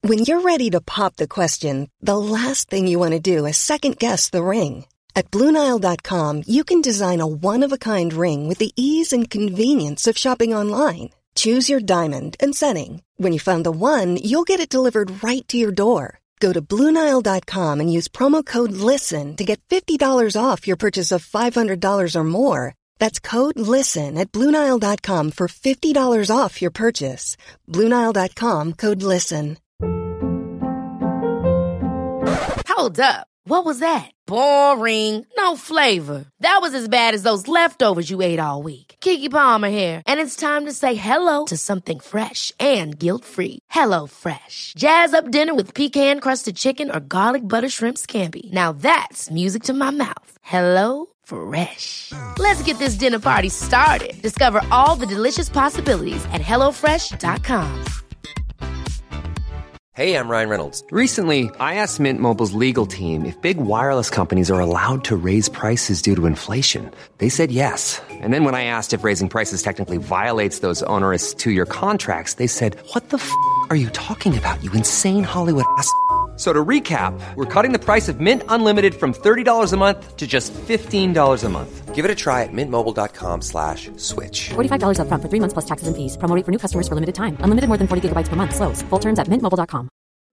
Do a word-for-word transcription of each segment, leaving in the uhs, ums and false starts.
When you're ready to pop the question, the last thing you want to do is second-guess the ring. At Blue Nile dot com, you can design a one-of-a-kind ring with the ease and convenience of shopping online. Choose your diamond and setting. When you find the one, you'll get it delivered right to your door. Go to Blue Nile dot com and use promo code LISTEN to get fifty dollars off your purchase of five hundred dollars or more. That's code LISTEN at Blue Nile dot com for fifty dollars off your purchase. Blue Nile dot com, code LISTEN. Hold up. What was that? Boring. No flavor. That was as bad as those leftovers you ate all week. Keke Palmer here, and it's time to say hello to something fresh and guilt-free. Hello Fresh. Jazz up dinner with pecan-crusted chicken or garlic butter shrimp scampi. Now that's music to my mouth. Hello Fresh. Let's get this dinner party started. Discover all the delicious possibilities at hello fresh dot com. Hey, I'm Ryan Reynolds. Recently, I asked Mint Mobile's legal team if big wireless companies are allowed to raise prices due to inflation. They said yes. And then when I asked if raising prices technically violates those onerous two-year contracts, they said, what the f*** are you talking about, you insane Hollywood ass f- So to recap, we're cutting the price of Mint Unlimited from thirty dollars a month to just fifteen dollars a month. Give it a try at mintmobile.com slash switch. forty-five dollars up front for three months plus taxes and fees. Promo rate for new customers for limited time. Unlimited more than forty gigabytes per month. Slows full terms at mint mobile dot com.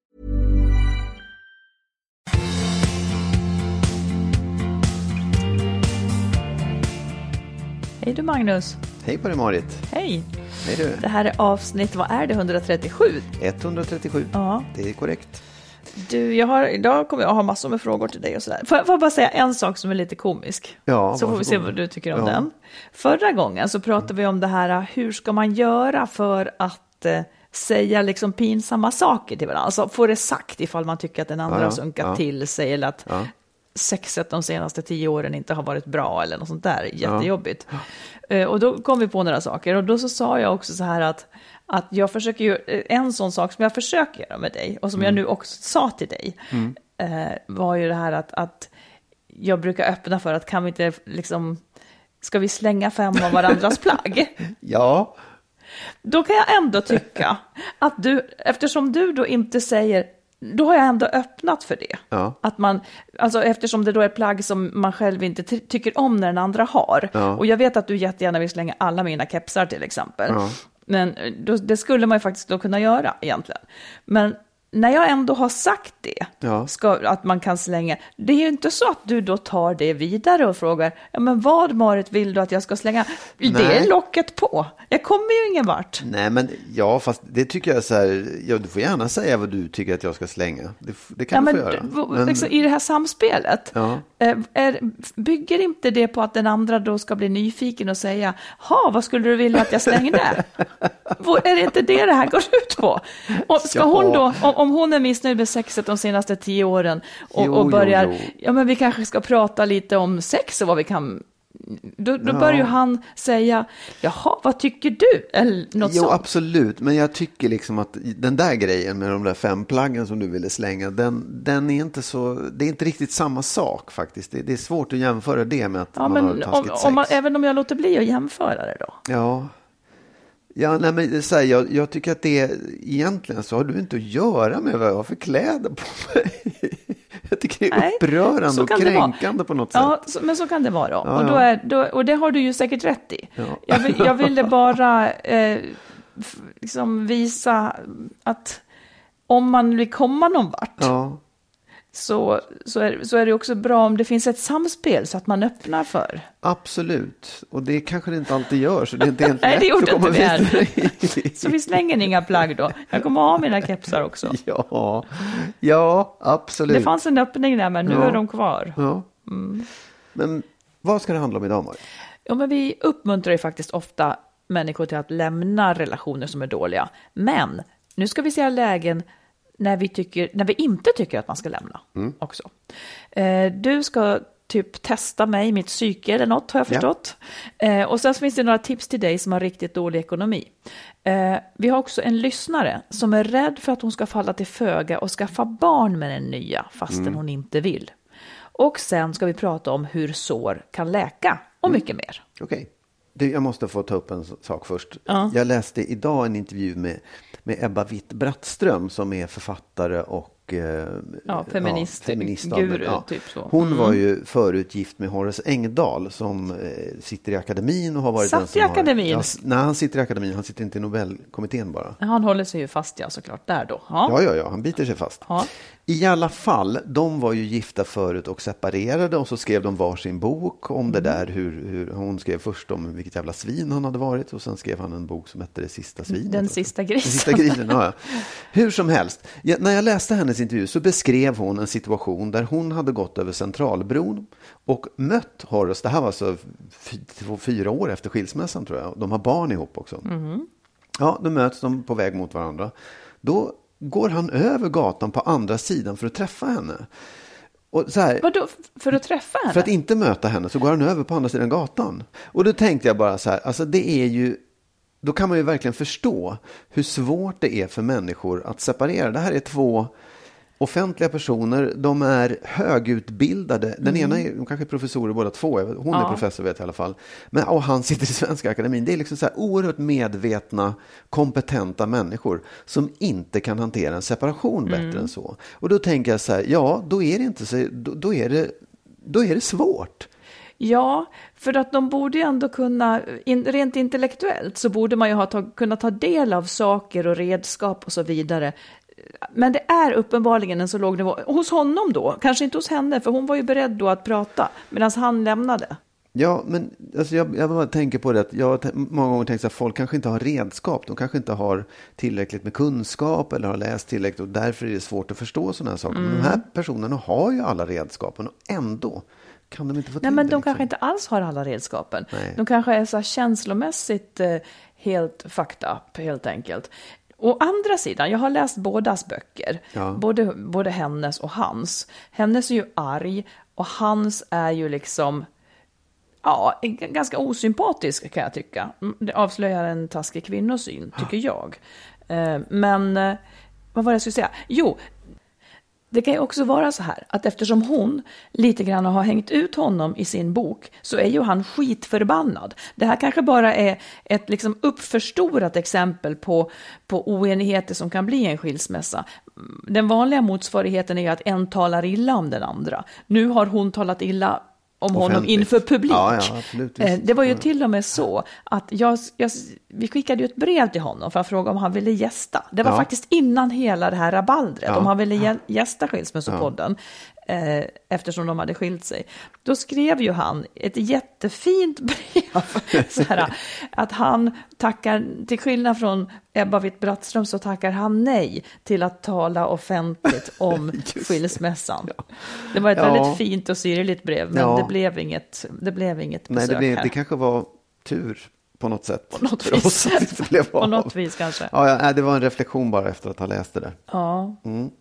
Hej du Magnus. Hej på dig Marit. Hej. Hej du. Det här är avsnitt, vad är det, etthundratrettiosju? etthundratrettiosju, ja. Det är korrekt. Du, jag har, idag kommer jag ha massor med frågor till dig och sådär. Får jag, får jag bara säga en sak som är lite komisk? Ja, så får vi se vad du tycker om ja. den. Förra gången så pratade vi om det här, hur ska man göra för att eh, säga liksom pinsamma saker till varandra. Alltså få det sagt ifall man tycker att den andra ja, ja. har sunkat ja. till sig eller att ja. sexet de senaste tio åren inte har varit bra eller något sånt där. Jättejobbigt. Ja. Eh, och då kom vi på några saker och då så sa jag också så här att att jag försöker ju, en sån sak som jag försöker göra med dig och som mm. jag nu också sa till dig mm. eh, var ju det här att, att jag brukar öppna för att kan vi inte liksom, ska vi slänga fem av varandras plagg? Ja. Då kan jag ändå tycka att du, eftersom du då inte säger, då har jag ändå öppnat för det. Ja. Att man, alltså eftersom det då är plagg som man själv inte ty- tycker om när den andra har. Ja. Och jag vet att du jättegärna vill slänga alla mina kepsar till exempel. Ja. Men då, det skulle man ju faktiskt då kunna göra egentligen. Men när jag ändå har sagt det, ja. ska, att man kan slänga, det är ju inte så att du då tar det vidare och frågar, ja men vad Marit vill du att jag ska slänga? Nej. Det är locket på. Jag kommer ju ingen vart. Nej men ja, fast det tycker jag så här, ja, du får gärna säga vad du tycker att jag ska slänga. Det, det kan ja, du men, få göra. V- men... liksom, i det här samspelet, ja. är, bygger inte det på att den andra då ska bli nyfiken och säga, ha, vad skulle du vilja att jag slängde? Är det inte det det här går ut på? Och ska ja. hon då, om, om hon är missnöjd med sexet de senaste tio åren och, jo, och börjar, jo, jo. ja men vi kanske ska prata lite om sex och vad vi kan, då, då ja. börjar ju han säga, jaha, vad tycker du? Eller något jo, sånt. Absolut, men jag tycker liksom att den där grejen med de där fem plaggen som du ville slänga, den, den är inte så, det är inte riktigt samma sak faktiskt. Det, det är svårt att jämföra det med att ja, man men har taskigt om, sex. Om man, även om jag låter bli att jämföra det då? Ja. Ja, nej, men så här, jag, jag tycker att det egentligen så har du inte att göra med vad jag har för kläder på mig. Jag tycker det är nej, upprörande och kränkande på något ja, sätt. Så, men så kan det vara. Ja, och, då är, då, och det har du ju säkert rätt i. Ja. Jag, vill, jag ville bara eh, f- liksom visa att om man vill komma någon vart ja. så, så, är, så är det också bra om det finns ett samspel så att man öppnar för. Absolut. Och det kanske det inte alltid gör. Så det är inte helt nej, det gjorde inte det här. Så vi slänger inga plagg då. Jag kommer ha mina kepsar också. Ja, ja absolut. Det fanns en öppning där, men nu ja. är de kvar. Ja. Mm. Men vad ska det handla om idag, Marie? Ja, men vi uppmuntrar ju faktiskt ofta människor till att lämna relationer som är dåliga. Men nu ska vi se lägen när vi, tycker, när vi inte tycker att man ska lämna mm. också. Eh, du ska typ testa mig, mitt psyke eller något har jag förstått. Ja. Eh, och sen finns det några tips till dig som har riktigt dålig ekonomi. Eh, vi har också en lyssnare som är rädd för att hon ska falla till föga och skaffa barn med den nya fastän mm. hon inte vill. Och sen ska vi prata om hur sår kan läka och mm. mycket mer. Okej. Okay. Jag måste få ta upp en sak först. Ja. Jag läste idag en intervju med, med med Ebba Witt-Brattström som är författare och ja, feminist, ja, feminist guru, ja. typ så. Hon mm. var ju förut gift med Horace Engdahl som eh, sitter i akademin och har varit satt den som i akademin? Har, ja, nej, han sitter i akademin, han sitter inte i Nobelkommittén bara. Han håller sig ju fast, ja, såklart, där då. Ja, ja, ja, ja han biter sig fast. Ja. I alla fall, de var ju gifta förut och separerade och så skrev de varsin bok om mm. det där. Hur, hur hon skrev först om vilket jävla svin han hade varit och sen skrev han en bok som hette Det sista svinet. Den sista grisen. Den sista grisen, ja. Hur som helst, ja, när jag läste hennes intervju så beskrev hon en situation där hon hade gått över Centralbron och mött Horace. Det här var alltså f- fyra år efter skilsmässan tror jag. De har barn ihop också. Mm. Ja, då möts de på väg mot varandra. Då går han över gatan på andra sidan för att träffa henne. Och så här, vadå, för att träffa henne? För att inte möta henne så går han över på andra sidan gatan. Och då tänkte jag bara så här, alltså det är ju, då kan man ju verkligen förstå hur svårt det är för människor att separera. Det här är två offentliga personer, de är högutbildade. Den mm. ena är, de kanske är professorer båda två, hon ja. är professor vet jag i alla fall. Men, och han sitter i Svenska akademin. Det är liksom så här oerhört medvetna, kompetenta människor som inte kan hantera en separation bättre mm. än så. Och då tänker jag så här, ja, då är det inte så, då, då är det, då är det svårt. Ja, för att de borde ju ändå kunna, in, rent intellektuellt så borde man ju ha ta, kunna ta del av saker och redskap och så vidare. Men det är uppenbarligen en så låg nivå. Hos honom då, kanske inte hos henne, för hon var ju beredd då att prata medan han lämnade. Ja, men alltså jag, jag bara tänker på det att jag har många gånger tänkt att folk kanske inte har redskap. De kanske inte har tillräckligt med kunskap eller har läst tillräckligt och därför är det svårt att förstå sådana här saker. Mm. Men de här personerna har ju alla redskapen och ändå kan de inte få till Nej, men det, de liksom. kanske inte alls har alla redskapen. Nej. De kanske är så här känslomässigt eh, helt fucked up, helt enkelt. Å andra sidan, jag har läst bådas böcker. Ja. Både, både hennes och hans. Hennes är ju arg och hans är ju liksom ja, ganska osympatisk kan jag tycka. Det avslöjar en taskig kvinnosyn, tycker jag. Eh, men eh, vad var det jag skulle säga? Jo, det kan ju också vara så här att eftersom hon lite grann har hängt ut honom i sin bok så är ju han skitförbannad. Det här kanske bara är ett liksom uppförstorat exempel på, på oenigheter som kan bli en skilsmässa. Den vanliga motsvarigheten är ju att en talar illa om den andra. Nu har hon talat illa om honom offentligt. Inför publik. Ja, ja, absolut, det var ju till och med så att jag, jag, vi skickade ju ett brev till honom för att fråga om han ville gästa. Det var ja. faktiskt innan hela det här rabaldret, ja. om han ville gästa Skilsmässopodden. Ja. Eh, eftersom de hade skilt sig. Då skrev ju han ett jättefint brev. så här, att han tackar, till skillnad från Ebba Witt-Brattström så tackar han nej till att tala offentligt om skilsmässan. Ja. Det var ett ja. väldigt fint och syrligt brev, men ja. det blev inget, det blev inget besök. Nej, det, blev, här. det kanske var tur på något sätt. På något vis. Det blev på något vis kanske. Ja, ja, det var en reflektion bara efter att ha läst det där. Ja. Mm.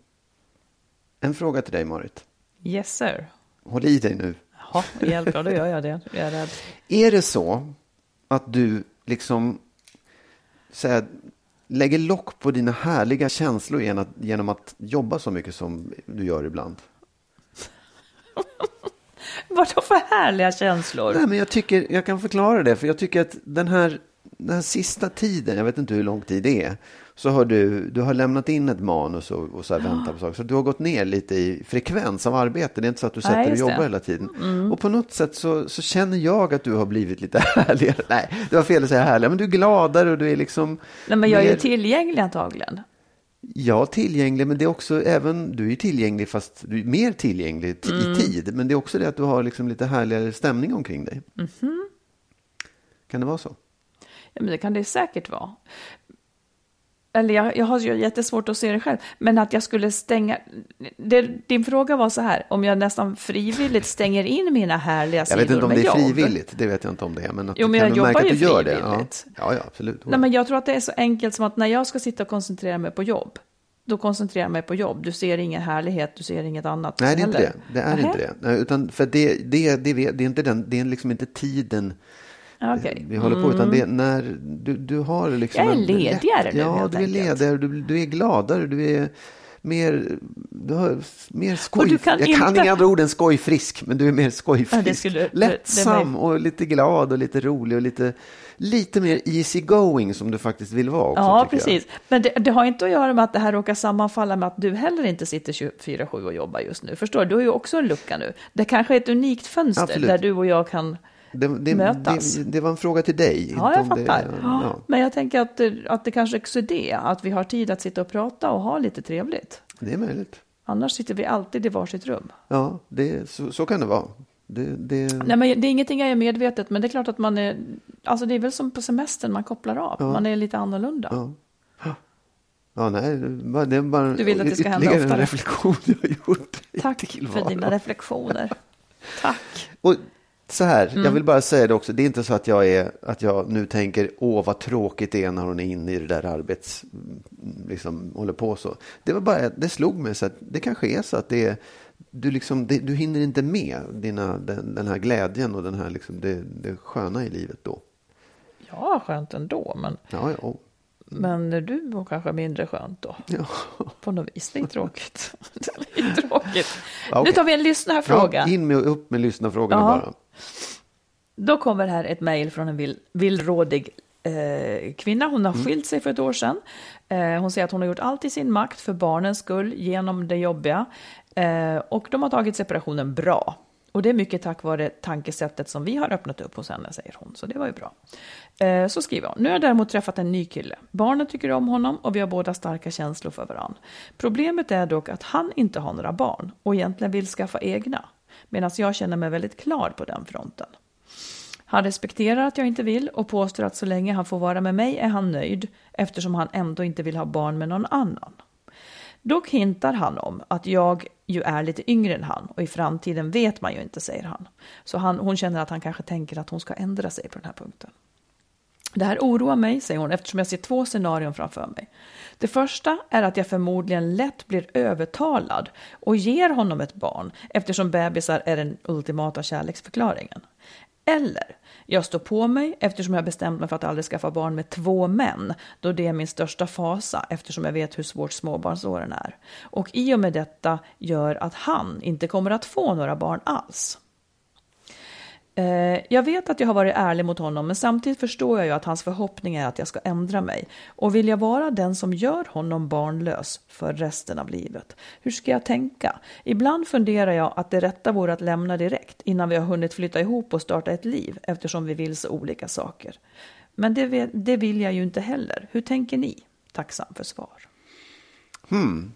En fråga till dig, Marit. Yes, sir. Håll i dig nu. Ja, hjälp, då gör jag det. Jag är rädd. Är det så att du liksom så här, lägger lock på dina härliga känslor genom att, genom att jobba så mycket som du gör ibland? Vad då för härliga känslor? Nej, men jag tycker, jag kan förklara det, för jag tycker att den här, den här sista tiden, jag vet inte hur lång tid det är, så har du, du har lämnat in ett manus och, och så här väntar på saker. Så du har gått ner lite i frekvens av arbete. Det är inte så att du sätter Nej, och jobbar det. hela tiden. Mm. Och på något sätt så, så känner jag att du har blivit lite härligare. Nej, det var fel att säga härligare. Men du är gladare och du är liksom... Nej, men jag är mer... ju tillgänglig antagligen. Ja, tillgänglig, men det är också även, du är ju tillgänglig fast du är mer tillgänglig t- mm. i tid. Men det är också det att du har liksom lite härligare stämning omkring dig. Mm-hmm. Kan det vara så? Ja, men det kan det säkert vara. Eller jag, jag har ju jättesvårt att se det själv. Men att jag skulle stänga... Det, din fråga var så här. Om jag nästan frivilligt stänger in mina härliga sidor med jobb. Jag vet inte om det är frivilligt. Det vet jag inte om det är. Men att jo, men jag jobbar ju frivilligt. Det. Ja. ja, ja, absolut. Nej, men jag tror att det är så enkelt som att när jag ska sitta och koncentrera mig på jobb. Då koncentrerar jag mig på jobb. Du ser ingen härlighet. Du ser inget annat. Nej, det är heller. inte det. Det är Aha. inte det. Nej, utan för det, det, det, det är inte den... Det är liksom inte tiden... Okay. Vi håller på, utan det är när du, du har liksom... Jag är ledigare en, nu, ja, du är ledigare, du, du är gladare, du är mer, du har mer skoj. Du kan jag inte... kan inga andra ord än skojfrisk, men du är mer skojfrisk. Ja, det skulle, Lättsam det, det och lite glad och lite rolig och lite, lite mer easy going som du faktiskt vill vara också. Ja, precis. Jag. Men det, det har inte att göra med att det här råkar sammanfalla med att du heller inte sitter tjugofyra sju och jobbar just nu. Förstår du? Du har ju också en lucka nu. Det kanske är ett unikt fönster. Absolut. Där du och jag kan det, det, mötas. Det, det var en fråga till dig. Ja, jag fattar. Det, ja. Men jag tänker att, att det kanske också är det. Att vi har tid att sitta och prata och ha lite trevligt. Det är möjligt. Annars sitter vi alltid i varsitt rum. Ja, det, så, så kan det vara. Det, det... Nej, men det är ingenting jag är medvetet, men det är klart att man är, alltså det är väl som på semestern, man kopplar av, ja. Man är lite annorlunda. Ja, ja nej, det är bara du vill att det ska hända oftare. En reflektion jag har gjort. Tack för dina reflektioner. Tack. Och så här, mm. jag vill bara säga det också, det är inte så att jag, är, att jag nu tänker, åh vad tråkigt det är när hon är inne i det där arbets, liksom håller på så. Det var bara, det slog mig så att det kanske är så att det är Du, liksom, det, du hinner inte med dina, den, den här glädjen och den här, liksom, det, det sköna i livet då. Ja, skönt ändå. Men, ja, ja. men du var kanske mindre skönt då. Ja. På något vis. Det är tråkigt. Det är tråkigt. Ja, okay. Nu tar vi en lyssnarfråga. Ja, in med upp med lyssnarfrågorna ja. bara. Då kommer här ett mejl från en vill, villrådig eh, kvinna. Hon har mm. skilt sig för ett år sedan. Eh, hon säger att hon har gjort allt i sin makt för barnens skull genom det jobbiga. Eh, och de har tagit separationen bra. Och det är mycket tack vare tankesättet som vi har öppnat upp hos henne, säger hon. Så det var ju bra. Eh, så skriver hon. Nu har jag däremot träffat en ny kille. Barnen tycker om honom och vi har båda starka känslor för varann. Problemet är dock att han inte har några barn och egentligen vill skaffa egna. Medan jag känner mig väldigt klar på den fronten. Han respekterar att jag inte vill och påstår att så länge han får vara med mig är han nöjd. Eftersom han ändå inte vill ha barn med någon annan. Dock hintar han om att jag ju är lite yngre än han och i framtiden vet man ju inte, säger han. Så han, hon känner att han kanske tänker att hon ska ändra sig på den här punkten. Det här oroar mig, säger hon, eftersom jag ser två scenarion framför mig. Det första är att jag förmodligen lätt blir övertalad och ger honom ett barn eftersom bebisar är den ultimata kärleksförklaringen. Eller jag står på mig eftersom jag bestämt mig för att aldrig skaffa barn med två män, då det är min största fasa eftersom jag vet hur svårt småbarnsåren är. Och i och med detta gör att han inte kommer att få några barn alls. Eh, jag vet att jag har varit ärlig mot honom, men samtidigt förstår jag ju att hans förhoppning är att jag ska ändra mig. Och vill jag vara den som gör honom barnlös för resten av livet? Hur ska jag tänka? Ibland funderar jag att det rätta vore att lämna direkt innan vi har hunnit flytta ihop och starta ett liv, eftersom vi vill så olika saker. Men det, det vill jag ju inte heller. Hur tänker ni? Tacksam för svar. Hmm.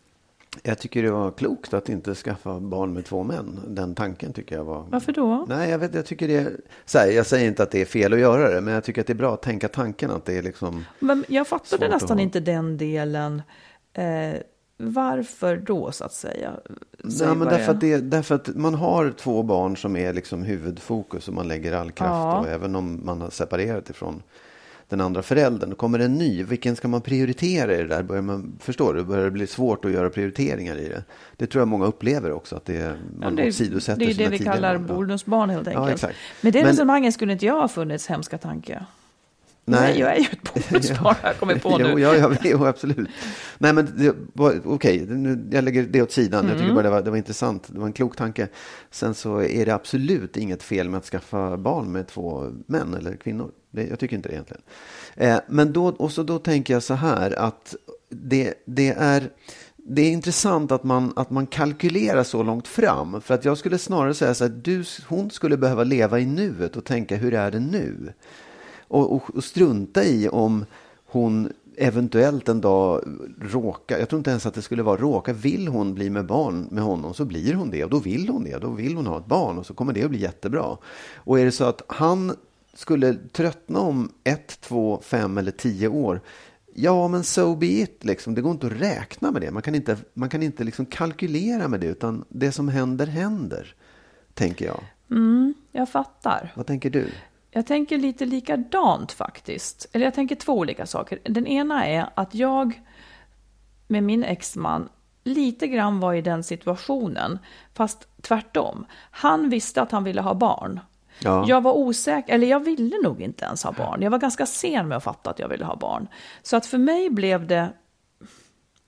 Jag tycker det var klokt att inte skaffa barn med två män. Den tanken tycker jag var... Varför då? Nej, jag vet, jag tycker det... Så här, jag säger inte att det är fel att göra det, men jag tycker att det är bra att tänka tanken att det är liksom... Men jag fattade nästan inte den delen. Eh, varför då, så att säga? Nej, men därför att, det, därför att man har två barn som är liksom huvudfokus och man lägger all kraft. Ja. Och även om man har separerat ifrån den andra föräldern, då kommer en ny. Vilken ska man prioritera i det där? Börjar man, förstår du? Börjar det bli svårt att göra prioriteringar i det? Det tror jag många upplever också, att det, man ja, det, åsidosätter det är det vi kallar bonusbarn helt enkelt. Ja, exakt. Men det resonemanget skulle inte jag ha funnits hemska tanke. Nej, jag är ju ett bonusbarn här, kommer på nu. Jo, ja, ja, jo, absolut. Nej, men okej, okay, jag lägger det åt sidan. Mm. Jag tycker bara det var, det var intressant. Det var en klok tanke. Sen så är det absolut inget fel med att skaffa barn med två män eller kvinnor. Det, jag tycker inte det egentligen. Eh, men då, och så då tänker jag så här att det, det är... Det är intressant att man, att man kalkylerar så långt fram. För att jag skulle snarare säga så att du, hon skulle behöva leva i nuet och tänka, hur är det nu? Och, och, och strunta i om hon eventuellt en dag råkar, jag tror inte ens att det skulle vara råka, vill hon bli med barn med honom så blir hon det. Och då vill hon det, då vill hon ha ett barn och så kommer det att bli jättebra. Och är det så att han skulle tröttna om ett, två, fem eller tio år, ja, men so be it, liksom. Det går inte att räkna med det. Man kan inte, man kan inte liksom kalkylera med det, utan det som händer, händer, tänker jag. Mm, jag fattar. Vad tänker du? Jag tänker lite likadant faktiskt. Eller jag tänker två olika saker. Den ena är att jag med min exman lite grann var i den situationen, fast tvärtom. Han visste att han ville ha barn. Ja. Jag var osäker, eller jag ville nog inte ens ha barn. Jag var ganska sen med att fatta att jag ville ha barn. Så att för mig blev det...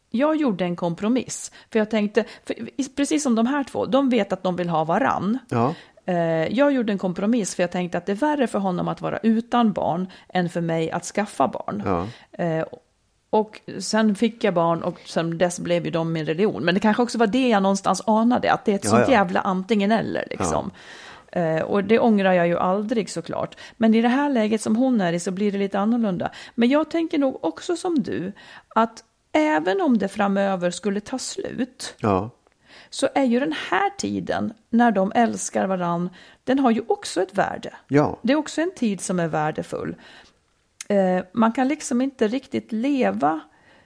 jag gjorde en kompromiss. För jag tänkte, för, precis som de här två, de vet att de vill ha varann. Ja. Jag gjorde en kompromiss för jag tänkte att det är värre för honom att vara utan barn än för mig att skaffa barn. Ja. Och sen fick jag barn och sen dess blev ju de min religion. Men det kanske också var det jag någonstans anade, att det är ett Ja, sånt ja. jävla antingen eller liksom. Ja. Och det ångrar jag ju aldrig såklart. Men i det här läget som hon är i så blir det lite annorlunda. Men jag tänker nog också som du, att även om det framöver skulle ta slut, Ja. så är ju den här tiden när de älskar varann, den har ju också ett värde. Ja. Det är också en tid som är värdefull. Eh, man kan liksom inte riktigt leva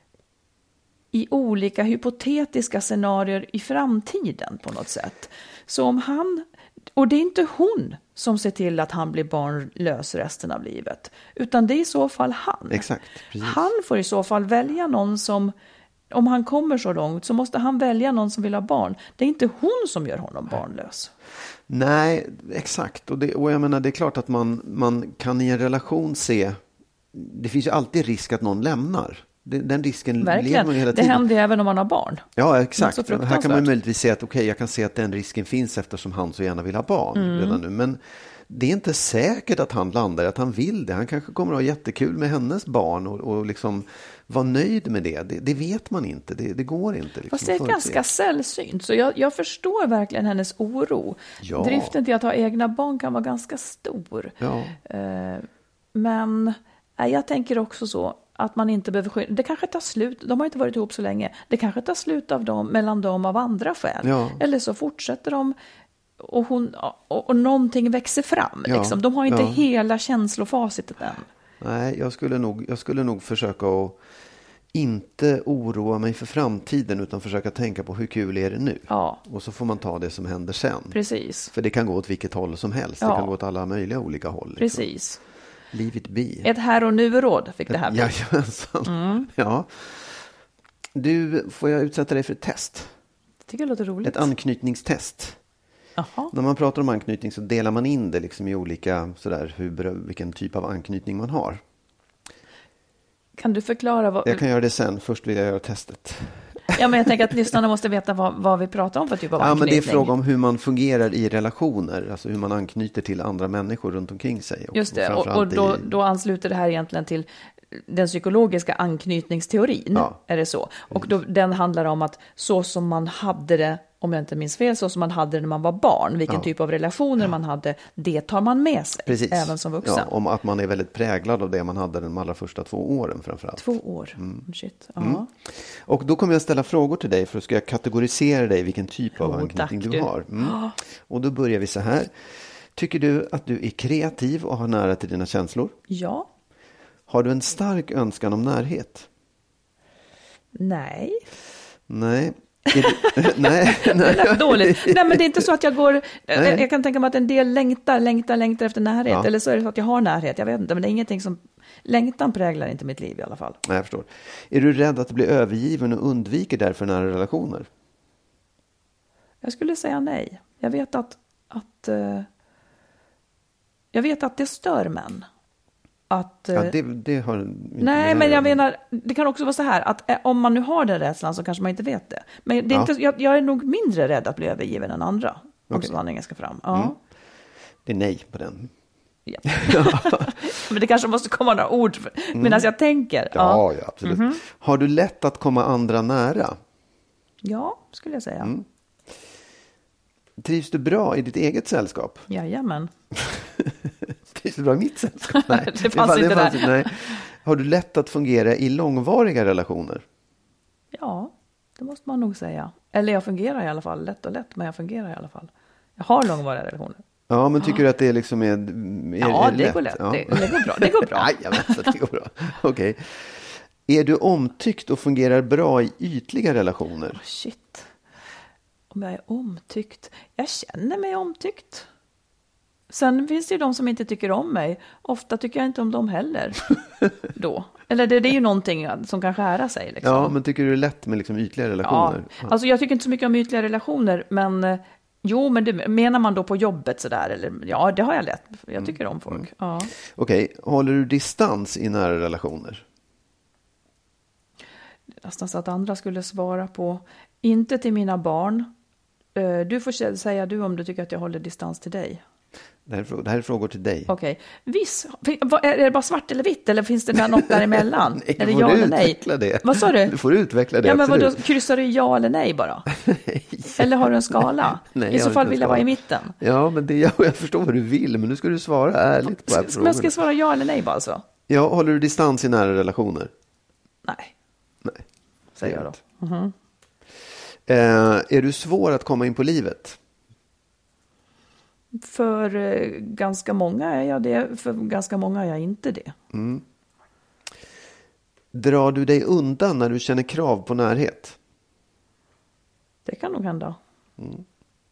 i olika hypotetiska scenarier i framtiden på något sätt. Så om han, och det är inte hon som ser till att han blir barnlös resten av livet, utan det är i så fall han. Exakt, precis. Han får i så fall välja någon som, om han kommer så långt så måste han välja någon som vill ha barn. Det är inte hon som gör honom barnlös. Nej, exakt. Och, det, och jag menar, det är klart att man, man kan i en relation se, det finns ju alltid risk att någon lämnar. Det, den risken lever Verkligen. man hela Det tiden. händer även om man har barn. Ja, exakt. Det är så Här kan man fruktansvärt. möjligtvis se att okej, okay, jag kan se att den risken finns eftersom han så gärna vill ha barn Mm. redan nu. Men det är inte säkert att han landar, att han vill det. Han kanske kommer att ha jättekul med hennes barn och, och liksom vara nöjd med det. Det, det vet man inte. Det, det går inte. Liksom, Fast det är förutse. ganska sällsynt. Så jag, jag förstår verkligen hennes oro. Ja. Driften till att ha egna barn kan vara ganska stor. Ja. Eh, men nej, jag tänker också så att man inte behöver skynda. Det kanske tar slut. De har inte varit ihop så länge. Det kanske tar slut av dem, mellan dem av andra skäl. Ja. Eller så fortsätter de och, hon, och, och någonting växer fram. Ja. Liksom. De har inte Ja. hela känslofacitet än. Nej, jag skulle nog, jag skulle nog försöka att inte oroa mig för framtiden utan försöka tänka på hur kul är det nu. Ja. Och så får man ta det som händer sen. Precis. För det kan gå åt vilket håll som helst. Ja. Det kan gå åt alla möjliga olika håll. Liksom. Precis. Leave it be. Ett här och nu-råd fick det här bli. Jajamensan. Mm. Ja. Du, får jag utsätta dig för ett test? Det tycker jag låter roligt. Ett anknytningstest. Jaha. När man pratar om anknytning så delar man in det liksom i olika, sådär, hur, vilken typ av anknytning man har. Kan du förklara vad... Jag kan göra det sen. Först vill jag göra testet. Ja, men jag tänker att lyssnarna måste veta vad, vad vi pratar om för typ av Ja, anknytning. men det är fråga om hur man fungerar i relationer. Alltså hur man anknyter till andra människor runt omkring sig. Och, Just det, och, och framförallt då, i- då ansluter det här egentligen till den psykologiska anknytningsteorin. Ja. Är det så? Och då, den handlar om att så som man hade det, om jag inte minns fel, så som man hade det när man var barn. Vilken Ja. typ av relationer man hade, det tar man med sig. Precis. Även som vuxen. Ja, om att man är väldigt präglad av det man hade de allra första två åren framförallt. Två år. Shit. Ja. Mm. Och då kommer jag ställa frågor till dig för att ska jag kategorisera dig vilken typ av Oh, anknytning tack, du du. har. Mm. Och då börjar vi så här. Tycker du att du är kreativ och har nära till dina känslor? Ja. Har du en stark önskan om närhet? Nej. Nej. Är du... nej, Det nej. lät dåligt. Nej, men det är inte så att jag går... Nej. Jag kan tänka mig att en del längtar, längtar, längtar efter närhet. Ja. Eller så är det så att jag har närhet. Jag vet inte, men det är ingenting som... Längtan präglar inte mitt liv i alla fall. Nej, jag förstår. Är du rädd att bli övergiven och undviker därför nära relationer? Jag skulle säga nej. Jag vet att... att eh, jag vet att det stör män. Att... eh, Ja, det, det har inte Nej, med men det jag att göra. menar, det kan också vara så här att eh, om man nu har den rädslan så kanske man inte vet det. Men det är Ja. inte, jag, jag är nog mindre rädd att bli övergiven än andra. Om Okej. sanningen ska fram. Ja. Mm. Det är nej på den. Ja. Men det kanske måste komma några ord för, medan jag tänker. Mm. Ja, ja, absolut. Har du lätt att komma andra nära? Ja, skulle jag säga. Mm. Trivs du bra i ditt eget sällskap? Jajamän. Trivs du bra i mitt sällskap? Nej, Det fanns inte där. Nej. Har du lätt att fungera i långvariga relationer? Ja, det måste man nog säga. Eller jag fungerar i alla fall. Lätt och lätt, men jag fungerar i alla fall. Jag har långvariga relationer. Ja, men tycker du att det liksom är, är Ja, är det går lätt. Ja. Det, det går bra. Det går bra. Nej, jag vet att det går bra. Okej. Är du omtyckt och fungerar bra i ytliga relationer? Shit. Om jag är omtyckt. Jag känner mig omtyckt. Sen finns det ju de som inte tycker om mig. Ofta tycker jag inte om dem heller. Då. Eller det, det är ju någonting som kan skära sig. Liksom. Ja, men tycker du det är lätt med liksom ytliga relationer? Ja. Alltså jag tycker inte så mycket om ytliga relationer. Men eh, jo, men det, menar man då på jobbet sådär? Eller, ja, det har jag lätt. Jag tycker om folk. Ja. Okej, håller du distans i nära relationer? nästan så att andra skulle svara på. Inte till mina barn. Du får säga du om du tycker att jag håller distans till dig. Det här är, det här är frågor till dig. Okej. Okay. Viss, är det bara svart eller vitt? Eller finns det något däremellan? Nej, är det får ja du eller nej? utveckla det. Vad sa du? Du får utveckla det, ja, men absolut. vadå, kryssar du ja eller nej bara? Eller har du en skala? Nej, I så fall vill jag vara i mitten. Ja, men det, jag, jag förstår vad du vill, men nu ska du svara ärligt på här frågorna. Men ska jag svara ja eller nej bara alltså? Ja, håller du distans i nära relationer? Nej. Nej. Säger jag då. Mm-hmm. Eh, är du svår att komma in på livet? För eh, ganska många är jag det. För ganska många är jag inte det. Mm. Drar du dig undan när du känner krav på närhet? Det kan nog hända. Mm.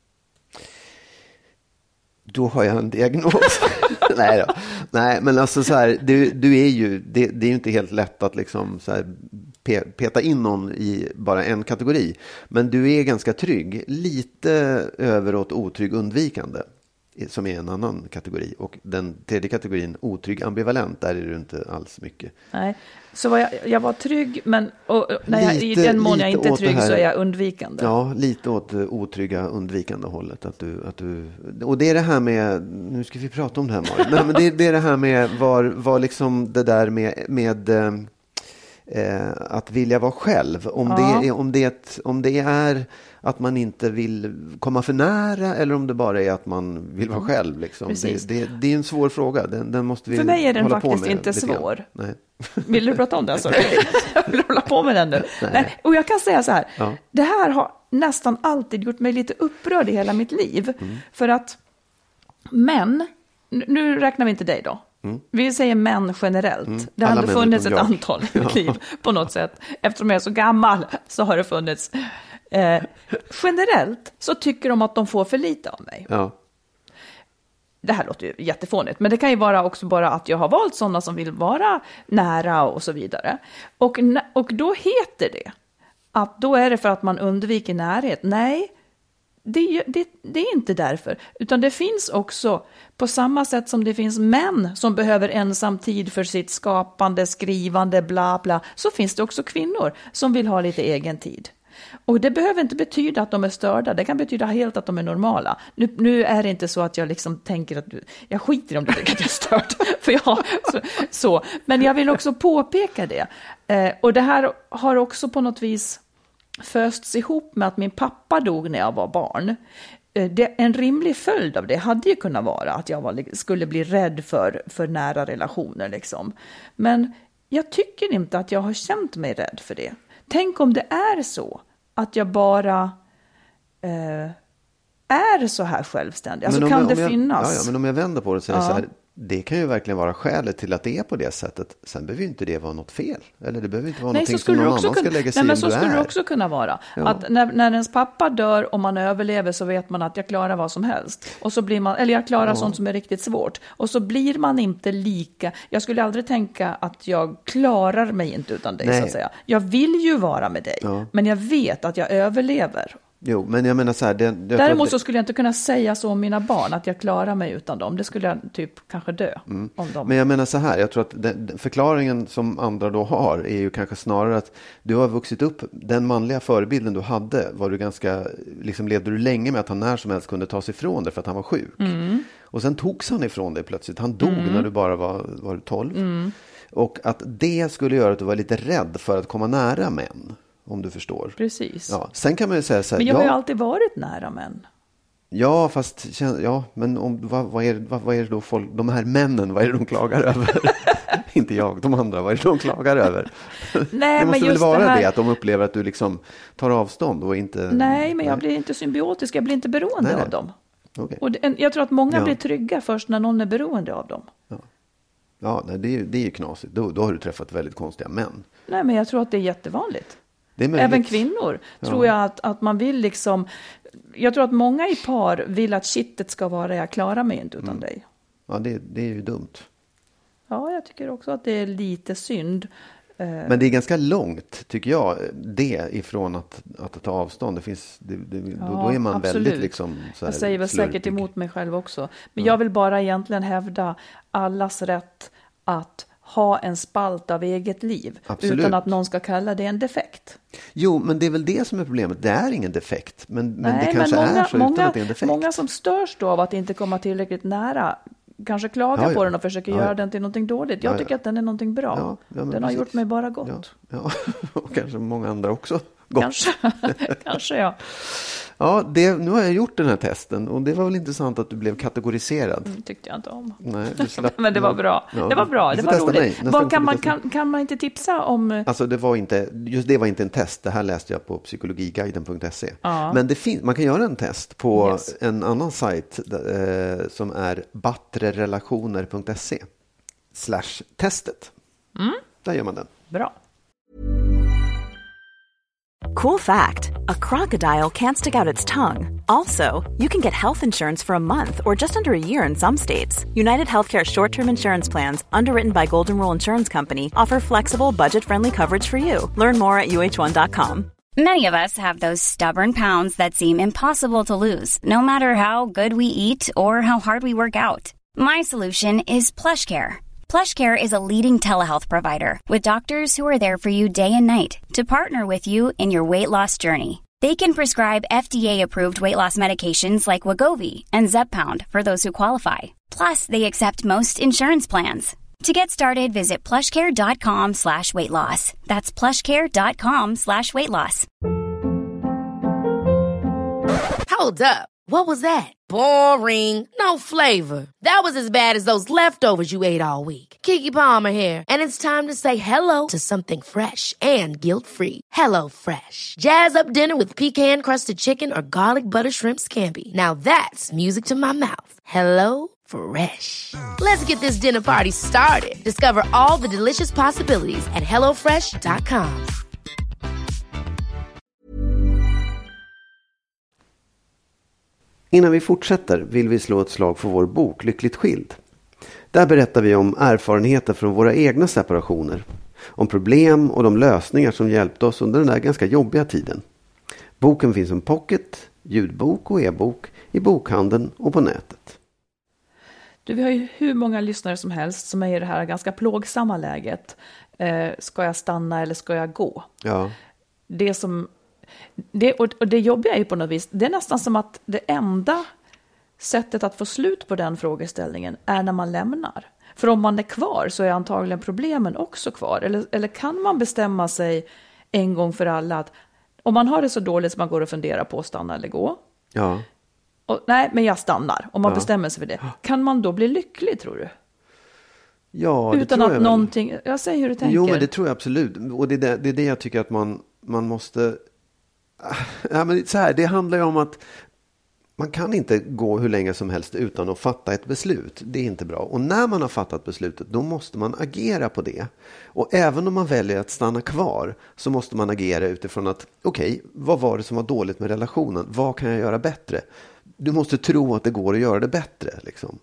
Då har jag en diagnos. Nej då. Nej, men alltså så här, du, du är ju, det, det är ju inte helt lätt att liksom så här pe, peta in någon i bara en kategori. Men du är ganska trygg. Lite överåt otrygg undvikande. Som är en annan kategori. Och den tredje kategorin, otrygg ambivalent, där är du inte alls mycket. Nej, så var jag, jag var trygg, men och, när jag, lite, i den mån jag inte är trygg här, så är jag undvikande. Ja, lite åt otrygga undvikande hållet. Att du, att du, och det är det här med, nu ska vi prata om det här, Marit. Nej, men det, det är det här med, var, var liksom det där med, med eh, att vilja vara själv. Om, ja. det är, om, det, om det är att man inte vill komma för nära eller om det bara är att man vill vara själv. Liksom. Det, det, det är en svår fråga. Den, den måste vi för mig är den hålla faktiskt på med inte svår. Nej. Vill du prata om det? Alltså? Jag vill hålla på med den nu. Nej. Nej. Och jag kan säga så här. Ja. Det här har nästan alltid gjort mig lite upprörd i hela mitt liv. Mm. För att män, nu räknar vi inte dig då. Mm. Vi säger män generellt. Mm. Det har ändå funnits ett jag. antal i mitt liv på något sätt. Eftersom jag är så gammal så har det funnits. Eh, generellt så tycker de att de får för lite av mig. Ja. Det här låter ju jättefånigt, men det kan ju vara också bara att jag har valt sådana som vill vara nära och så vidare. Och, och då heter det att då är det för att man undviker närhet. Nej, det, det, det är inte därför. Utan det finns också, på samma sätt som det finns män som behöver ensam tid för sitt skapande, skrivande, bla bla, så finns det också kvinnor som vill ha lite egen tid. Och det behöver inte betyda att de är störda. Det kan betyda helt att de är normala. Nu, nu är det inte så att jag liksom tänker att du, jag skiter om du tycker att jag är störd. För jag, så, så. Men jag vill också påpeka det. Eh, och det här har också på något vis fösts ihop med att min pappa dog när jag var barn. Eh, det, en rimlig följd av det hade ju kunnat vara att jag var, skulle bli rädd för, för nära relationer. Liksom. Men jag tycker inte att jag har känt mig rädd för det. Tänk om det är så att jag bara eh, är så här självständig. Alltså kan det jag, finnas. Ja, ja, men om jag vänder på det så är det ja. så här. Det kan ju verkligen vara skälet till att det är på det sättet. Sen behöver ju inte det vara något fel. Eller det behöver inte vara något som någon annan kunna, ska lägga sig nej, men i så om skulle du är. det också kunna vara. Ja. Att när, när ens pappa dör och man överlever så vet man att jag klarar vad som helst. Och så blir man, eller jag klarar ja. sånt som är riktigt svårt. Och så blir man inte lika. Jag skulle aldrig tänka att jag klarar mig inte utan dig, nej. Så att säga. Jag vill ju vara med dig. Ja. Men jag vet att jag överlever. Jo, men jag menar så här. Det, det, Däremot det, så skulle jag inte kunna säga så om mina barn, att jag klarar mig utan dem. Det skulle jag typ kanske dö mm. om dem. Men jag menar så här, jag tror att den, förklaringen som andra då har är ju kanske snarare att du har vuxit upp, den manliga förebilden du hade var du ganska, liksom levde du länge med att han när som helst kunde ta sig ifrån dig för att han var sjuk. Mm. Och sen togs han ifrån dig plötsligt. Han dog mm. när du bara var, var tolv. Mm. Och att det skulle göra att du var lite rädd för att komma nära män. Om du förstår. Precis. Ja, sen kan man ju säga så här. Men jag har ja, ju alltid varit nära män. Ja, fast ja, men om, vad, vad, är, vad, vad är det då folk, de här männen, vad är det de klagar över? Inte jag, de andra, vad är det de klagar över? Nej, det måste men väl vara det, det här... att de upplever att du liksom tar avstånd och inte... Nej, men jag blir inte symbiotisk, jag blir inte beroende nej, nej. av dem. Okay. Och det, jag tror att många ja. blir trygga först när någon är beroende av dem. Ja, ja nej, det, är, det är ju knasigt. Då, då har du träffat väldigt konstiga män. Nej, men jag tror att det är jättevanligt. Det är även kvinnor ja. tror jag att, att man vill liksom, jag tror att många i par vill att kittet ska vara jag klarar mig inte utan mm. dig. Ja, det, det är ju dumt. Ja, jag tycker också att det är lite synd. Men det är ganska långt, tycker jag, det ifrån att, att ta avstånd. Det finns, det, det, ja, då, då är man absolut. väldigt liksom så här jag säger väl slurpig. Säkert emot mig själv också. Men ja. jag vill bara egentligen hävda allas rätt att ha en spalt av eget liv. Absolut. Utan att någon ska kalla det en defekt. Jo, men det är väl det som är problemet. Det är ingen defekt, men, men Nej, det kanske men många, är så många, utan att det är en defekt. Många som störs då av att inte komma tillräckligt nära kanske klagar Ja, ja. på den och försöker Ja, göra ja. den till någonting dåligt. Jag Ja, ja. tycker att den är någonting bra. Ja, ja, men den har precis. gjort mig bara gott. Ja, ja. Och kanske många andra också. Gott. Kanske, kanske ja. Ja, det, nu har jag gjort den här testen och det var väl intressant att du blev kategoriserad. Det tyckte jag inte om. Nej, du slapp, Men det var bra. Ja, Det var bra. du Det får var testa roligt. mig. Nästa Vad gång kan, får man, du testa kan, kan man inte tipsa om? Alltså det var inte, just det var inte en test. Det här läste jag på psykologiguiden punkt se. Ja. Men det fin- man kan göra en test på Yes. en annan sajt eh, som är battrerelationer punkt se slash testet. Mm. Där gör man den. Bra. Cool fact, a crocodile can't stick out its tongue. Also, you can get health insurance for a month or just under a year in some states. United Healthcare short-term insurance plans, underwritten by Golden Rule Insurance Company, offer flexible, budget-friendly coverage for you. Learn more at U H one dot com. Many of us have those stubborn pounds that seem impossible to lose, no matter how good we eat or how hard we work out. My solution is PlushCare. PlushCare is a leading telehealth provider with doctors who are there for you day and night to partner with you in your weight loss journey. They can prescribe F D A-approved weight loss medications like Wegovy and Zepbound for those who qualify. Plus, they accept most insurance plans. To get started, visit plushcare.com slash weight loss. That's plushcare.com slash weight loss. Hold up. What was that? Boring. No flavor. That was as bad as those leftovers you ate all week. Keke Palmer here, and it's time to say hello to something fresh and guilt-free. Hello Fresh. Jazz up dinner with pecan-crusted chicken or garlic butter shrimp scampi. Now that's music to my mouth. Hello Fresh. Let's get this dinner party started. Discover all the delicious possibilities at hello fresh dot com. Innan vi fortsätter vill vi slå ett slag för vår bok Lyckligt skild. Där berättar vi om erfarenheter från våra egna separationer. Om problem och de lösningar som hjälpte oss under den där ganska jobbiga tiden. Boken finns som pocket, ljudbok och e-bok i bokhandeln och på nätet. Du, vi har ju hur många lyssnare som helst som är i det här ganska plågsamma läget. Eh, ska jag stanna eller ska jag gå? Ja. Det som... Det, och, och det jobbiga är ju på något vis, det är nästan som att det enda sättet att få slut på den frågeställningen är när man lämnar. För om man är kvar så är antagligen problemen också kvar. Eller, eller kan man bestämma sig en gång för alla att om man har det så dåligt som man går och funderar på att stanna eller gå. Ja. Och, nej, men jag stannar. Om man Ja. bestämmer sig för det. Kan man då bli lycklig, tror du? Ja, det Utan tror att jag någonting... Väl. Jag säger hur du tänker. Jo, men det tror jag absolut. Och det är det, det, är det jag tycker att man, man måste... Ja, men så här, det handlar ju om att man kan inte gå hur länge som helst utan att fatta ett beslut. Det är inte bra. Och när man har fattat beslutet, då måste man agera på det. Och även om man väljer att stanna kvar så måste man agera utifrån att okej, okay, vad var det som var dåligt med relationen? Vad kan jag göra bättre? Du måste tro att det går att göra det bättre. Liksom.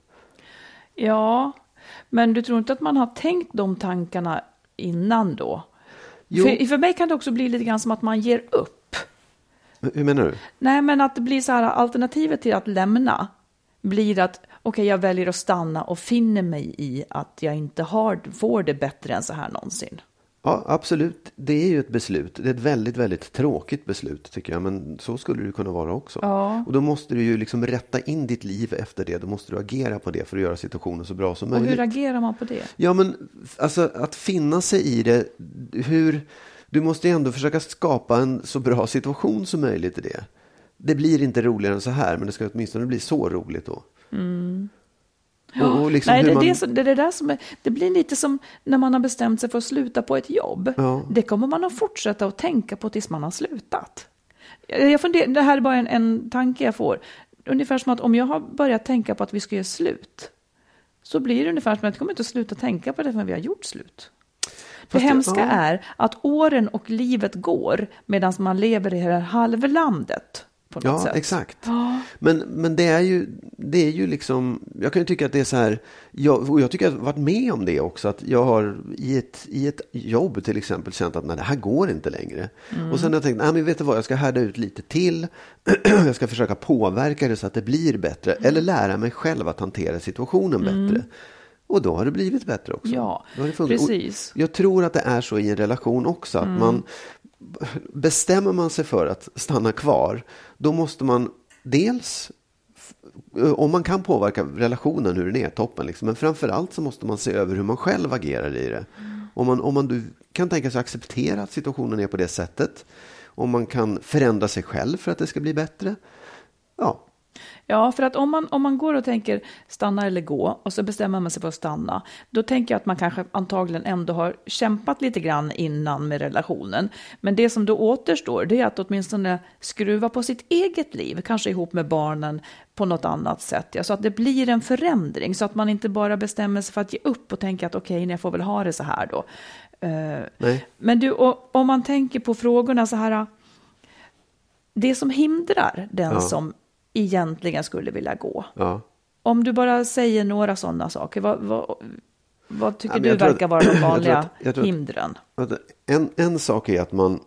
Ja, men du tror inte att man har tänkt de tankarna innan då? Jo. För, för mig kan det också bli lite grann som att man ger upp. Hur menar du? Nej, men att det blir så här, alternativet till att lämna blir att okej, okay, jag väljer att stanna och finner mig i att jag inte har, får det bättre än så här någonsin. Ja, absolut. Det är ju ett beslut. Det är ett väldigt, väldigt tråkigt beslut tycker jag. Men så skulle det kunna vara också. Ja. Och då måste du ju liksom rätta in ditt liv efter det. Då måste du agera på det för att göra situationen så bra som Och möjligt. hur agerar man på det? Ja, men alltså att finna sig i det. Hur... Du måste ju ändå försöka skapa en så bra situation som möjligt i det. Det blir inte roligare än så här, men det ska åtminstone bli så roligt då. Mm. Och, och liksom Nej, det, man... det, är så, det, är det, där som är, det blir lite som när man har bestämt sig för att sluta på ett jobb. Ja. Det kommer man att fortsätta att tänka på tills man har slutat. Jag funderar, det här är bara en, en tanke jag får. Ungefär som att om jag har börjat tänka på att vi ska göra slut, så blir det ungefär som att jag kommer inte att sluta tänka på det förrän vi har gjort slut. Det hemska ja. är att åren och livet går medan man lever i det här halvlandet på något ja, sätt. Exakt. Ja. Men, men det är ju det är ju liksom, jag kan ju tycka att det är så här, jag, och jag tycker att jag har varit med om det också, att jag har i ett, i ett jobb till exempel känt att nej, det här går inte längre. Mm. Och sen har jag tänkt, nej men vet du vad, jag ska härda ut lite till, jag ska försöka påverka det så att det blir bättre, mm. eller lära mig själv att hantera situationen bättre. Mm. Och då har det blivit bättre också. Ja, precis. Och jag tror att det är så i en relation också. Att mm. man bestämmer man sig för att stanna kvar, då måste man dels, om man kan påverka relationen hur den är, toppen liksom, men framförallt så måste man se över hur man själv agerar i det. Mm. Om man, om man du kan tänka sig acceptera att situationen är på det sättet, om man kan förändra sig själv för att det ska bli bättre. Ja. Ja, för att om man, om man går och tänker stanna eller gå och så bestämmer man sig för att stanna, då tänker jag att man kanske antagligen ändå har kämpat lite grann innan med relationen. Men det som då återstår, det är att åtminstone skruva på sitt eget liv, kanske ihop med barnen på något annat sätt. Ja, så att det blir en förändring, så att man inte bara bestämmer sig för att ge upp och tänka att okej, okay, jag får väl ha det så här då. Uh, Nej. Men du, och, om man tänker på frågorna så här, det som hindrar den ja. som egentligen skulle vilja gå. Ja. Om du bara säger några sådana saker, vad, vad, vad tycker ja, du verkar att, vara de vanliga jag tror att, jag tror hindren? Att, att en, en sak är att man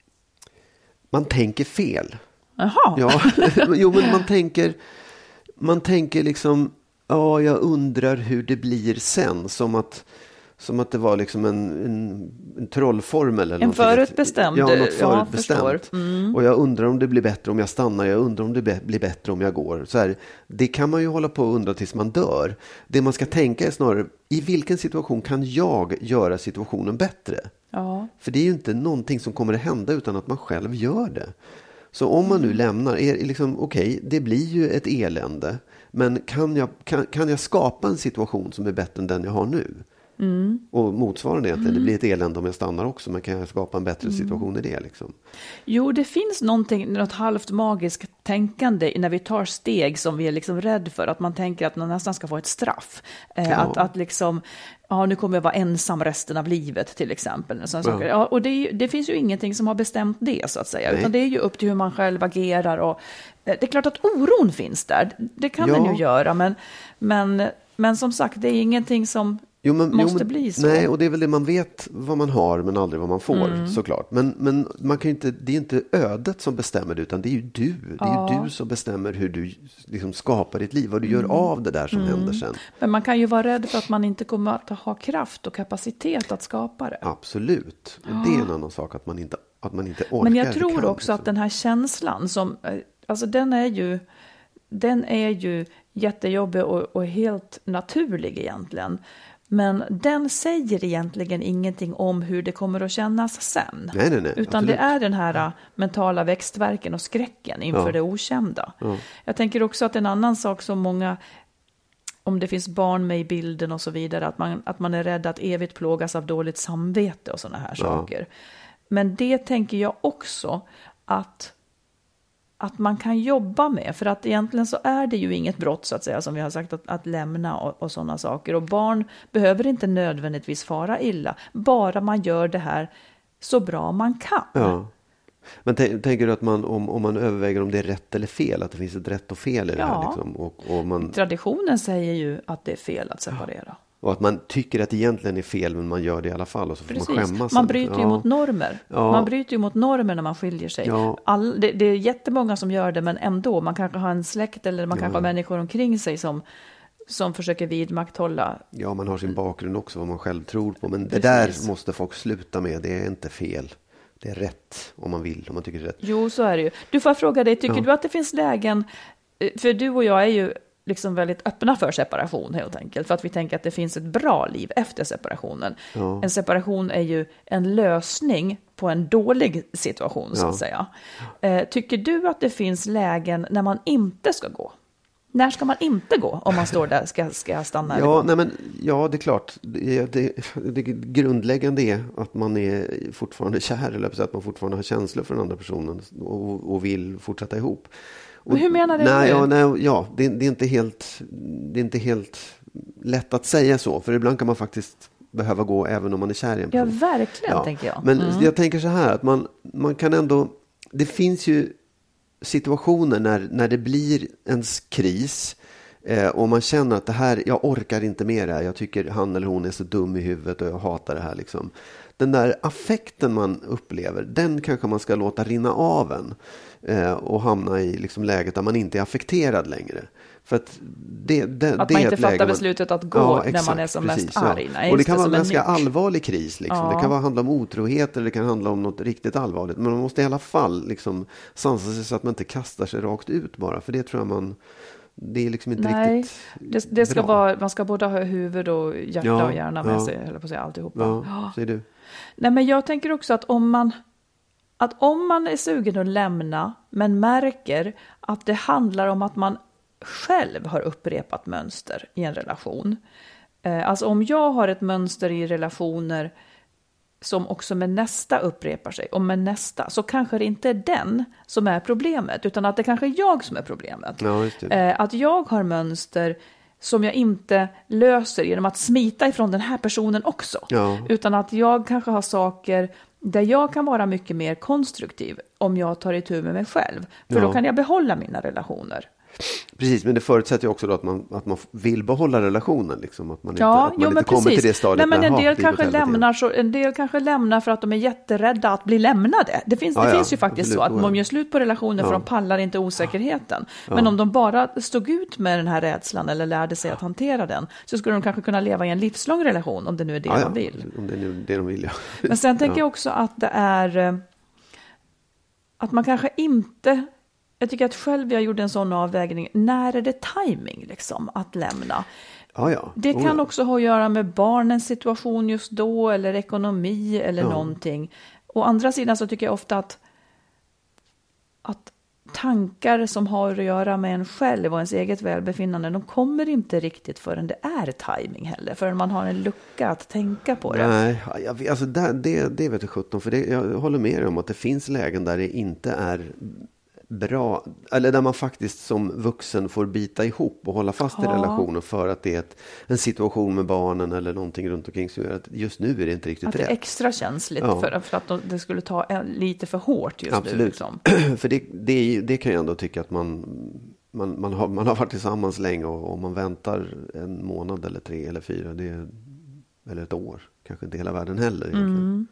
man tänker fel. Jaha. Ja, jo, men man tänker man tänker liksom, ja, jag undrar hur det blir sen, som att Som att det var liksom en, en, en trollformel. Eller en förutbestämd. Ja, något förutbestämt. Ja, mm. Och jag undrar om det blir bättre om jag stannar. Jag undrar om det blir bättre om jag går. Så här, det kan man ju hålla på och undra tills man dör. Det man ska tänka är snarare, i vilken situation kan jag göra situationen bättre? Ja. För det är ju inte någonting som kommer att hända utan att man själv gör det. Så om man nu lämnar, är liksom, okej, okay, det blir ju ett elände. Men kan jag, kan, kan jag skapa en situation som är bättre än den jag har nu? Mm. Och motsvarande egentligen, Mm. det blir ett elände om jag stannar också, men kan jag skapa en bättre situation mm. i det liksom? Jo, det finns någonting, något halvt magiskt tänkande när vi tar steg som vi är liksom rädd för, att man tänker att man nästan ska få ett straff. Eh, ja. att, att liksom, ja, nu kommer jag vara ensam resten av livet till exempel. Och, ja. Ja, och det, det finns ju ingenting som har bestämt det så att säga, Nej. utan det är ju upp till hur man själv agerar. Och, eh, det är klart att oron finns där, det kan ja. den ju göra, men, men, men som sagt, det är ingenting som Jo, men, måste jo, men, bli så. Nej, och det är väl det, man vet vad man har men aldrig vad man får, mm. såklart. Men, men man kan ju inte, det är inte ödet som bestämmer det, utan det är ju du. Det är ja. ju du som bestämmer hur du liksom skapar ditt liv, vad du gör mm. av det där som mm. händer sen. Men man kan ju vara rädd för att man inte kommer att ha kraft och kapacitet att skapa det. Absolut. Och det är en annan sak, att man inte, att man inte orkar. Men jag tror kan, också liksom. att den här känslan som, alltså den är ju, den är ju jättejobbig och, och helt naturlig egentligen. Men den säger egentligen ingenting om hur det kommer att kännas sen. Nej, nej, nej, utan absolut. det är den här mentala växtverken och skräcken inför ja. det okända. Ja. Jag tänker också att en annan sak som många, om det finns barn med i bilden och så vidare, att man, att man är rädd att evigt plågas av dåligt samvete och sådana här ja. saker. Men det tänker jag också att att man kan jobba med, för att egentligen så är det ju inget brott så att säga, som vi har sagt, att, att lämna och, och sådana saker, och barn behöver inte nödvändigtvis fara illa, bara man gör det här så bra man kan. Ja. Men t- tänker du att man, om, om man överväger om det är rätt eller fel, att det finns ett rätt och fel i det ja. här liksom, och, och man... Traditionen säger ju att det är fel att separera. Ja. Och att man tycker att det egentligen är fel, men man gör det i alla fall, och så får Precis. man skämmas. Man bryter ju ja. mot normer. Ja. Man bryter ju mot normer när man skiljer sig. Ja. All, det, det är jättemånga som gör det, men ändå. Man kanske har en släkt eller man ja. kanske har människor omkring sig som, som försöker vidmakthålla. Ja, man har sin bakgrund också, vad man själv tror på. Men Precis. det där måste folk sluta med. Det är inte fel. Det är rätt om man vill, om man tycker det är rätt. Jo, så är det ju. Du får fråga dig, tycker ja. du att det finns lägen, för du och jag är ju liksom väldigt öppna för separation helt enkelt, för att vi tänker att det finns ett bra liv efter separationen. Ja. En separation är ju en lösning på en dålig situation, så att ja. säga. Eh, tycker du att det finns lägen när man inte ska gå? När ska man inte gå om man står där, ska, ska stanna? Ja, nej men, ja, det är klart. Det, det, det grundläggande är att man är fortfarande kär, eller att man fortfarande har känslor för den andra personen och, och vill fortsätta ihop. Och, hur menar du? Nej, ja, nej, ja det, det, är inte helt, det är inte helt lätt att säga så. För ibland kan man faktiskt behöva gå även om man är kär i en person. Ja, verkligen, ja. tänker jag. Men mm. jag tänker så här, att man, man kan ändå... Det finns ju situationer när, när det blir en kris eh, och man känner att det här, jag orkar inte mer det här. Jag tycker han eller hon är så dum i huvudet och jag hatar det här. Liksom. den där affekten man upplever, den kanske man ska låta rinna av en eh, och hamna i liksom läget där man inte är affekterad längre. För att det, det, att det man är inte ett läge fattar man... beslutet att gå ja, när exakt, man är som precis, mest arg. Ja. Nej, Och det kan det vara en ganska nyck. allvarlig kris. Liksom. Ja. Det kan vara, handla om otrohet eller det kan handla om något riktigt allvarligt. Men man måste i alla fall liksom sansa sig så att man inte kastar sig rakt ut bara. För det tror jag man... Det är liksom inte Nej, riktigt det, det ska bra. vara, man ska både ha huvud och hjärta ja, och hjärna med ja. sig, eller på att säga alltihopa. Ja, säger du. Nej, men jag tänker också att om man att om man är sugen att lämna men märker att det handlar om att man själv har upprepat mönster i en relation. Eh, alltså om jag har ett mönster i relationer som också med nästa upprepar sig, och med nästa, så kanske det inte är den som är problemet, utan att det kanske är jag som är problemet. Ja, just det. Eh, att jag har mönster som jag inte löser genom att smita ifrån den här personen också. Ja. Utan att jag kanske har saker där jag kan vara mycket mer konstruktiv om jag tar itu med mig själv. För Ja. då kan jag behålla mina relationer. Precis, men det förutsätter ju också då att man, att man vill behålla relationen. Liksom, att man Ja, inte, att man jo, inte men kommer precis. till det stadiet. Nej, men när, en, aha, del det kanske går åt helvete lämnar så, en del kanske lämnar för att de är jätterädda att bli lämnade. Det finns, Ja, det ja, finns ju faktiskt absolut, så att ja. de gör slut på relationer för Ja. de pallar inte osäkerheten. Ja. Men om de bara stod ut med den här rädslan eller lärde sig att hantera den, så skulle de kanske kunna leva i en livslång relation, om det nu är det Ja, ja, de vill. om det är nu det de vill, ja. Men sen tänker Ja. jag också att det är eh, att man kanske inte... Jag tycker att själv jag gjorde en sån avvägning. När är det timing liksom att lämna? Ja, ja. Det Oh, kan ja. också ha att göra med barnens situation just då, eller ekonomi eller Ja. någonting. Å andra sidan så tycker jag ofta att, att tankar som har att göra med en själv och ens eget välbefinnande, de kommer inte riktigt förrän det är timing heller. Förrän man har en lucka att tänka på det. Nej, jag, vet- alltså det, det, det vet jag sjutton. För det, jag håller med dig om att det finns lägen där det inte är bra, eller där man faktiskt som vuxen får bita ihop och hålla fast i Ja. relationen för att det är ett, en situation med barnen eller någonting runt omkring som gör att just nu är det inte riktigt Att det rätt. är extra känsligt Ja. för, för att de- det skulle ta en, lite för hårt just Absolut. nu. Liksom. För det, det, är ju- det kan jag ändå tycka att man, man, man, har, man har varit tillsammans länge och om man väntar en månad eller tre eller fyra, det är, eller ett år, kanske inte hela världen heller egentligen. Mm.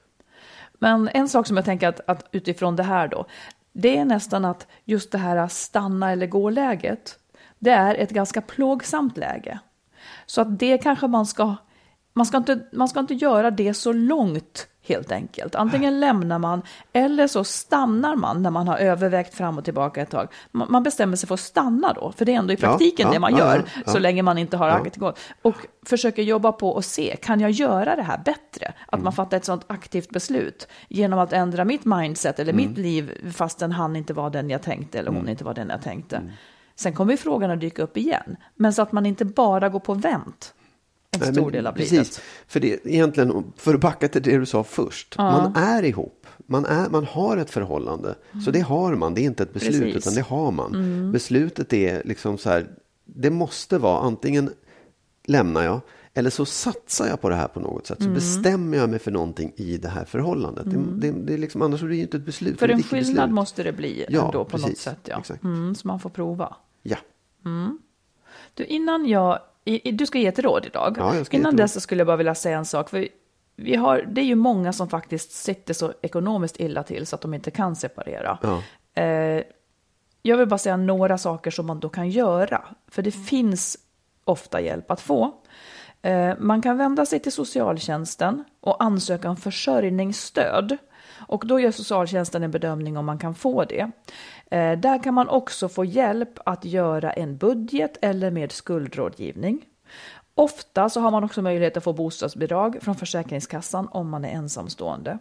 Men en sak som jag tänker att, att utifrån det här då, det är nästan att just det här stanna eller gå-läget, det är ett ganska plågsamt läge. Så att det kanske man ska, man ska inte, man ska inte göra det så långt helt enkelt. Antingen lämnar man eller så stannar man när man har övervägt fram och tillbaka ett tag. Man, man bestämmer sig för att stanna då, för det är ändå i Ja, praktiken ja, det man ja, gör, ja, ja. så länge man inte har Ja. aktivt gått. Och försöker jobba på och se, kan jag göra det här bättre? Att Mm. man fattar ett sånt aktivt beslut genom att ändra mitt mindset eller Mm. mitt liv fastän han inte var den jag tänkte eller hon inte var den jag tänkte. Mm. Sen kommer ju frågan att dyka upp igen, men så att man inte bara går på vänt en Nej, stor men del av precis. livet. För det egentligen, för att backa till det du sa först. Ja. Man är ihop. Man, är, man har ett förhållande. Så det har man. Det är inte ett beslut, Precis. utan det har man. Mm. Beslutet är liksom så här, det måste vara antingen lämnar jag eller så satsar jag på det här på något sätt. Så Mm. bestämmer jag mig för någonting i det här förhållandet. Mm. Det, det, det är liksom, annars är det ju inte ett beslut. För det är en ett icke-beslut. skillnad måste det bli Ja, ändå på något precis. sätt. Ja. Exakt. Mm, så man får prova. Ja. Mm. Du, innan jag, i, i- du ska ge ett råd idag. Ja, jag ska ge Innan ett råd. dess så skulle jag bara vilja säga en sak. För vi har, det är ju många som faktiskt sitter så ekonomiskt illa till så att de inte kan separera. Ja. Eh, jag vill bara säga några saker som man då kan göra. För det finns ofta hjälp att få. Eh, man kan vända sig till socialtjänsten och ansöka om försörjningsstöd. Och då gör socialtjänsten en bedömning om man kan få det. Eh, där kan man också få hjälp att göra en budget eller med skuldrådgivning. Ofta så har man också möjlighet att få bostadsbidrag från Försäkringskassan om man är ensamstående.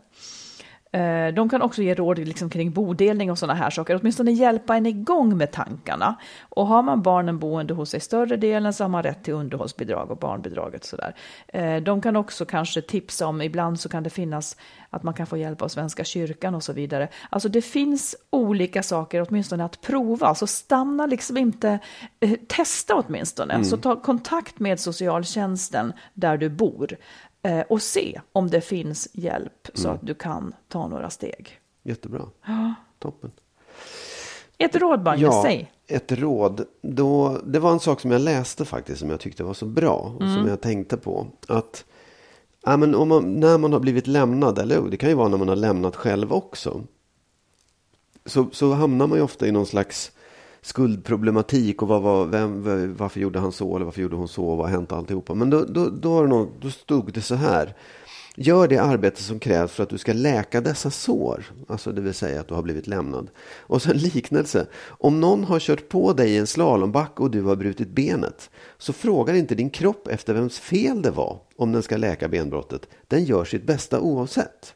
Eh, De kan också ge råd liksom kring bodelning och sådana här saker. Åtminstone hjälpa en igång med tankarna. Och har man barnen boende hos sig större delen så har man rätt till underhållsbidrag och barnbidraget. Sådär. Eh, De kan också kanske tipsa om, ibland så kan det finnas att man kan få hjälp av Svenska kyrkan och så vidare. Alltså det finns olika saker åtminstone att prova. Så stanna liksom inte, eh, testa åtminstone. Mm. Så ta kontakt med socialtjänsten där du bor. Eh, och se om det finns hjälp så Mm. att du kan ta några steg. Jättebra. Ja. Toppen. Ett råd, Magnus, Ja, säg. ett råd. Då, det var en sak som jag läste faktiskt som jag tyckte var så bra och Mm. som jag tänkte på. Att Ja, men om man, när man har blivit lämnad, eller det kan ju vara när man har lämnat själv också. Så, så hamnar man ju ofta i någon slags skuldproblematik och vad, vad, vem, varför gjorde han så eller varför gjorde hon så och vad har hänt alltihopa. Men då, då, då, har det någon, då stod det så här: gör det arbete som krävs för att du ska läka dessa sår. Alltså det vill säga att du har blivit lämnad. Och så en liknelse. Om någon har kört på dig i en slalombacke och du har brutit benet, så frågar inte din kropp efter vems fel det var om den ska läka benbrottet. Den gör sitt bästa oavsett.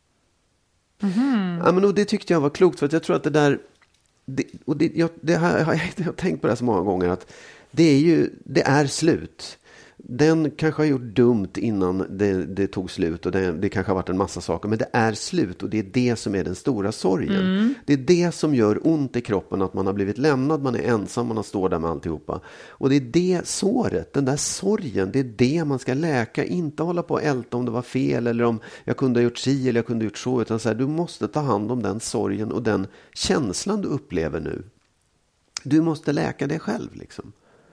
Mm. Ja, men och det tyckte jag var klokt, för att jag tror att det där... Det, och det, jag, det här, jag, jag har tänkt på det så många gånger, att det är ju det är slut. Den kanske har gjort dumt innan det, det tog slut och det, det kanske har varit en massa saker, men det är slut och det är det som är den stora sorgen. Mm. Det är det som gör ont i kroppen, att man har blivit lämnad, man är ensam, man har står där med alltihopa. Och det är det såret, den där sorgen, det är det man ska läka, inte hålla på och älta om det var fel eller om jag kunde ha gjort si eller jag kunde ha gjort så, utan så här, du måste ta hand om den sorgen och den känslan du upplever nu. Du måste läka dig själv liksom.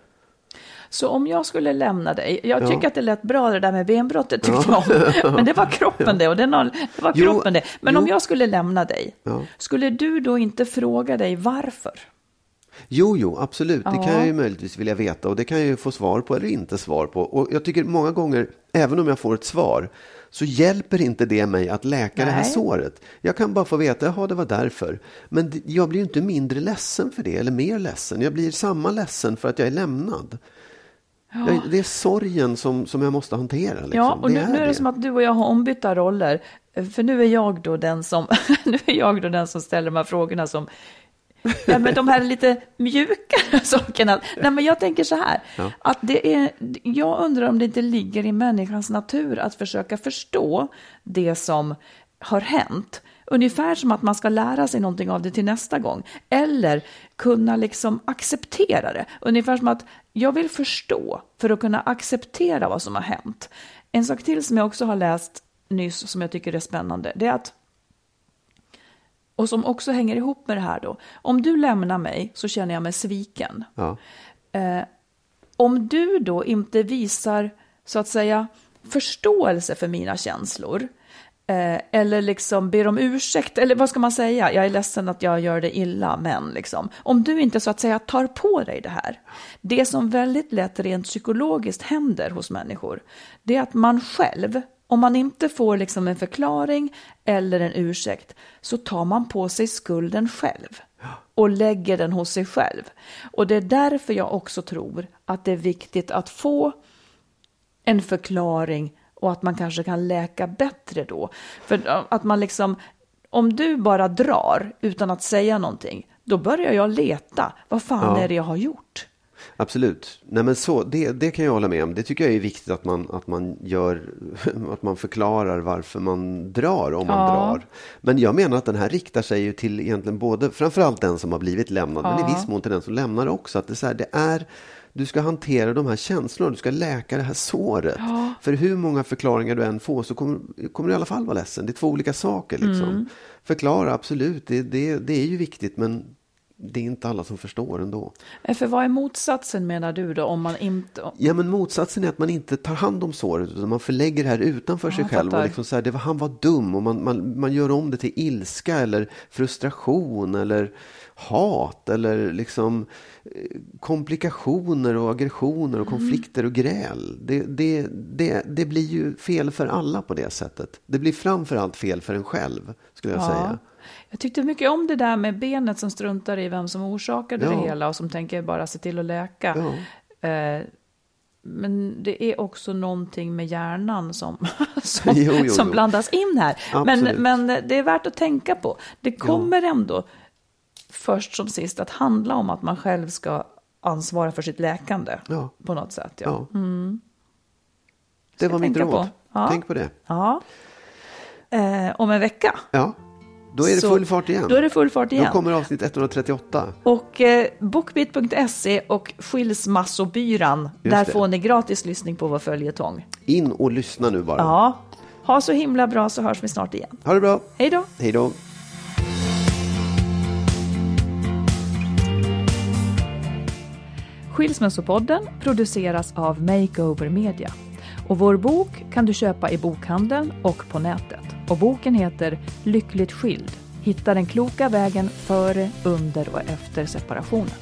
Så om jag skulle lämna dig, jag tycker ja. att det lät bra det där med benbrottet tyckte ja. jag om, men det var kroppen det och det, det var kroppen jo, det. Men jo. om jag skulle lämna dig, ja. skulle du då inte fråga dig varför? Jo, jo, absolut. Ja. Det kan jag ju möjligtvis vilja veta och det kan jag ju få svar på eller inte svar på. Och jag tycker många gånger, även om jag får ett svar, så hjälper inte det mig att läka Nej. det här såret. Jag kan bara få veta, jaha, det var därför. Men jag blir ju inte mindre ledsen för det, eller mer ledsen. Jag blir samma ledsen för att jag är lämnad. Ja. Det är sorgen som, som jag måste hantera. Liksom. Ja, och nu är, nu är det, det som att du och jag har ombytta roller. För nu är jag då den som, nu är jag då den som ställer de här frågorna som... Ja, men de här lite mjuka sakerna. Nej, men jag tänker så här. Ja. Att det är, jag undrar om det inte ligger i människans natur att försöka förstå det som har hänt. Ungefär som att man ska lära sig någonting av det till nästa gång. Eller kunna liksom acceptera det. Ungefär som att jag vill förstå för att kunna acceptera vad som har hänt. En sak till som jag också har läst nyss som jag tycker är spännande. Det är att, och som också hänger ihop med det här då. Om du lämnar mig så känner jag mig sviken. Ja. Eh, om du då inte visar så att säga förståelse för mina känslor. Eh, eller liksom ber om ursäkt, eller vad ska man säga, jag är ledsen att jag gör det illa, men liksom, om du inte så att säga tar på dig det här, det som väldigt lätt rent psykologiskt händer hos människor, det är att man själv, om man inte får liksom en förklaring eller en ursäkt, så tar man på sig skulden själv och lägger den hos sig själv. Och det är därför jag också tror att det är viktigt att få en förklaring och att man kanske kan läka bättre då. För att man liksom, om du bara drar utan att säga någonting, då börjar jag leta. Vad fan ja. är det jag har gjort? Absolut. Nej, men så, det, det kan jag hålla med om. Det tycker jag är viktigt att man, att man gör, att man förklarar varför man drar om man ja. drar. Men jag menar att den här riktar sig ju till egentligen både, framförallt den som har blivit lämnad, ja. men i viss mån till den som lämnar också. Att det är så här, det är... Du ska hantera de här känslorna, du ska läka det här såret. Ja. För hur många förklaringar du än får så kommer, kommer du i alla fall vara ledsen. Det är två olika saker. Liksom. Mm. Förklara, absolut, det, det, det är ju viktigt, men det är inte alla som förstår ändå. För vad är motsatsen menar du då? Om man inte... Ja, men motsatsen är att man inte tar hand om såret, utan man förlägger det här utanför ja, sig själv. Och liksom så här, det var, han var dum och man, man, man gör om det till ilska eller frustration eller hat eller liksom komplikationer och aggressioner och konflikter och gräl. Det, det, det, det blir ju fel för alla på det sättet. Det blir framförallt fel för en själv, skulle jag ja. säga. Jag tyckte mycket om det där med benet som struntar i vem som orsakade ja. det hela och som tänker bara se till att läka. Ja. Eh, men det är också någonting med hjärnan som, som, jo, jo, som jo. blandas in här. Men, men det är värt att tänka på. Det kommer ja. ändå först som sist att handla om att man själv ska ansvara för sitt läkande ja. på något sätt. Ja. Ja. Mm. Det var mitt råd. Ja. Tänk på det. Ja. Eh, om en vecka. Ja. Då är det full fart igen. Då är det full fart igen. Då kommer avsnitt etthundratrettioåtta. Och eh, bookbeat punkt se och Skilsmassobyran. Just där det. Får ni gratis lyssning på vår följetong. In och lyssna nu bara. Ja. Ha så himla bra, så hörs vi snart igen. Ha det bra. Hej då. Hej då. Skilsmässopodden produceras av Makeover Media. Och vår bok kan du köpa i bokhandeln och på nätet. Och boken heter Lyckligt skild. Hitta den kloka vägen före, under och efter separationen.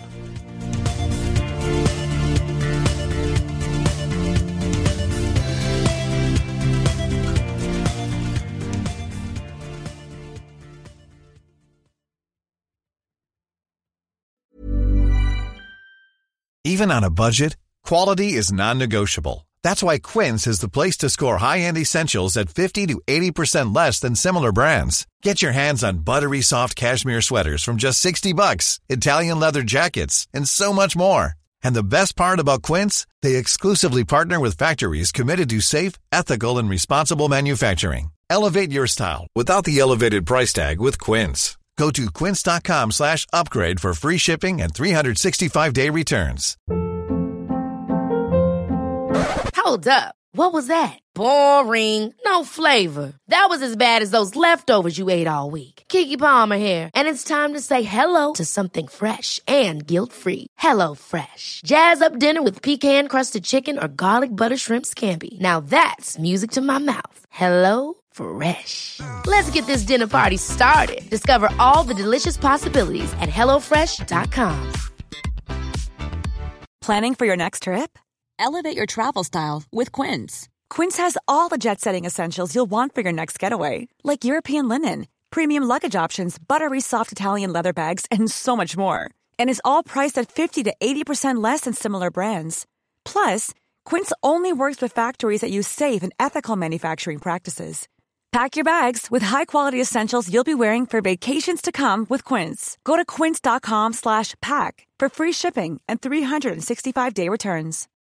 Even on a budget, quality is non-negotiable. That's why Quince is the place to score high-end essentials at fifty to eighty percent less than similar brands. Get your hands on buttery soft cashmere sweaters from just sixty bucks, Italian leather jackets, and so much more. And the best part about Quince, they exclusively partner with factories committed to safe, ethical, and responsible manufacturing. Elevate your style without the elevated price tag with Quince. Go to quince.com slash upgrade for free shipping and three sixty-five day returns. Hold up. What was that? Boring. No flavor. That was as bad as those leftovers you ate all week. Keke Palmer here, and it's time to say hello to something fresh and guilt-free. Hello Fresh. Jazz up dinner with pecan-crusted chicken or garlic butter shrimp scampi. Now that's music to my mouth. Hello Fresh. Let's get this dinner party started. Discover all the delicious possibilities at hello fresh dot com. Planning for your next trip? Elevate your travel style with Quince. Quince has all the jet-setting essentials you'll want for your next getaway, like European linen, premium luggage options, buttery soft Italian leather bags, and so much more. And is all priced at fifty to eighty percent less than similar brands. Plus, Quince only works with factories that use safe and ethical manufacturing practices. Pack your bags with high-quality essentials you'll be wearing for vacations to come with Quince. Go to quince.com slash pack for free shipping and three sixty-five day returns.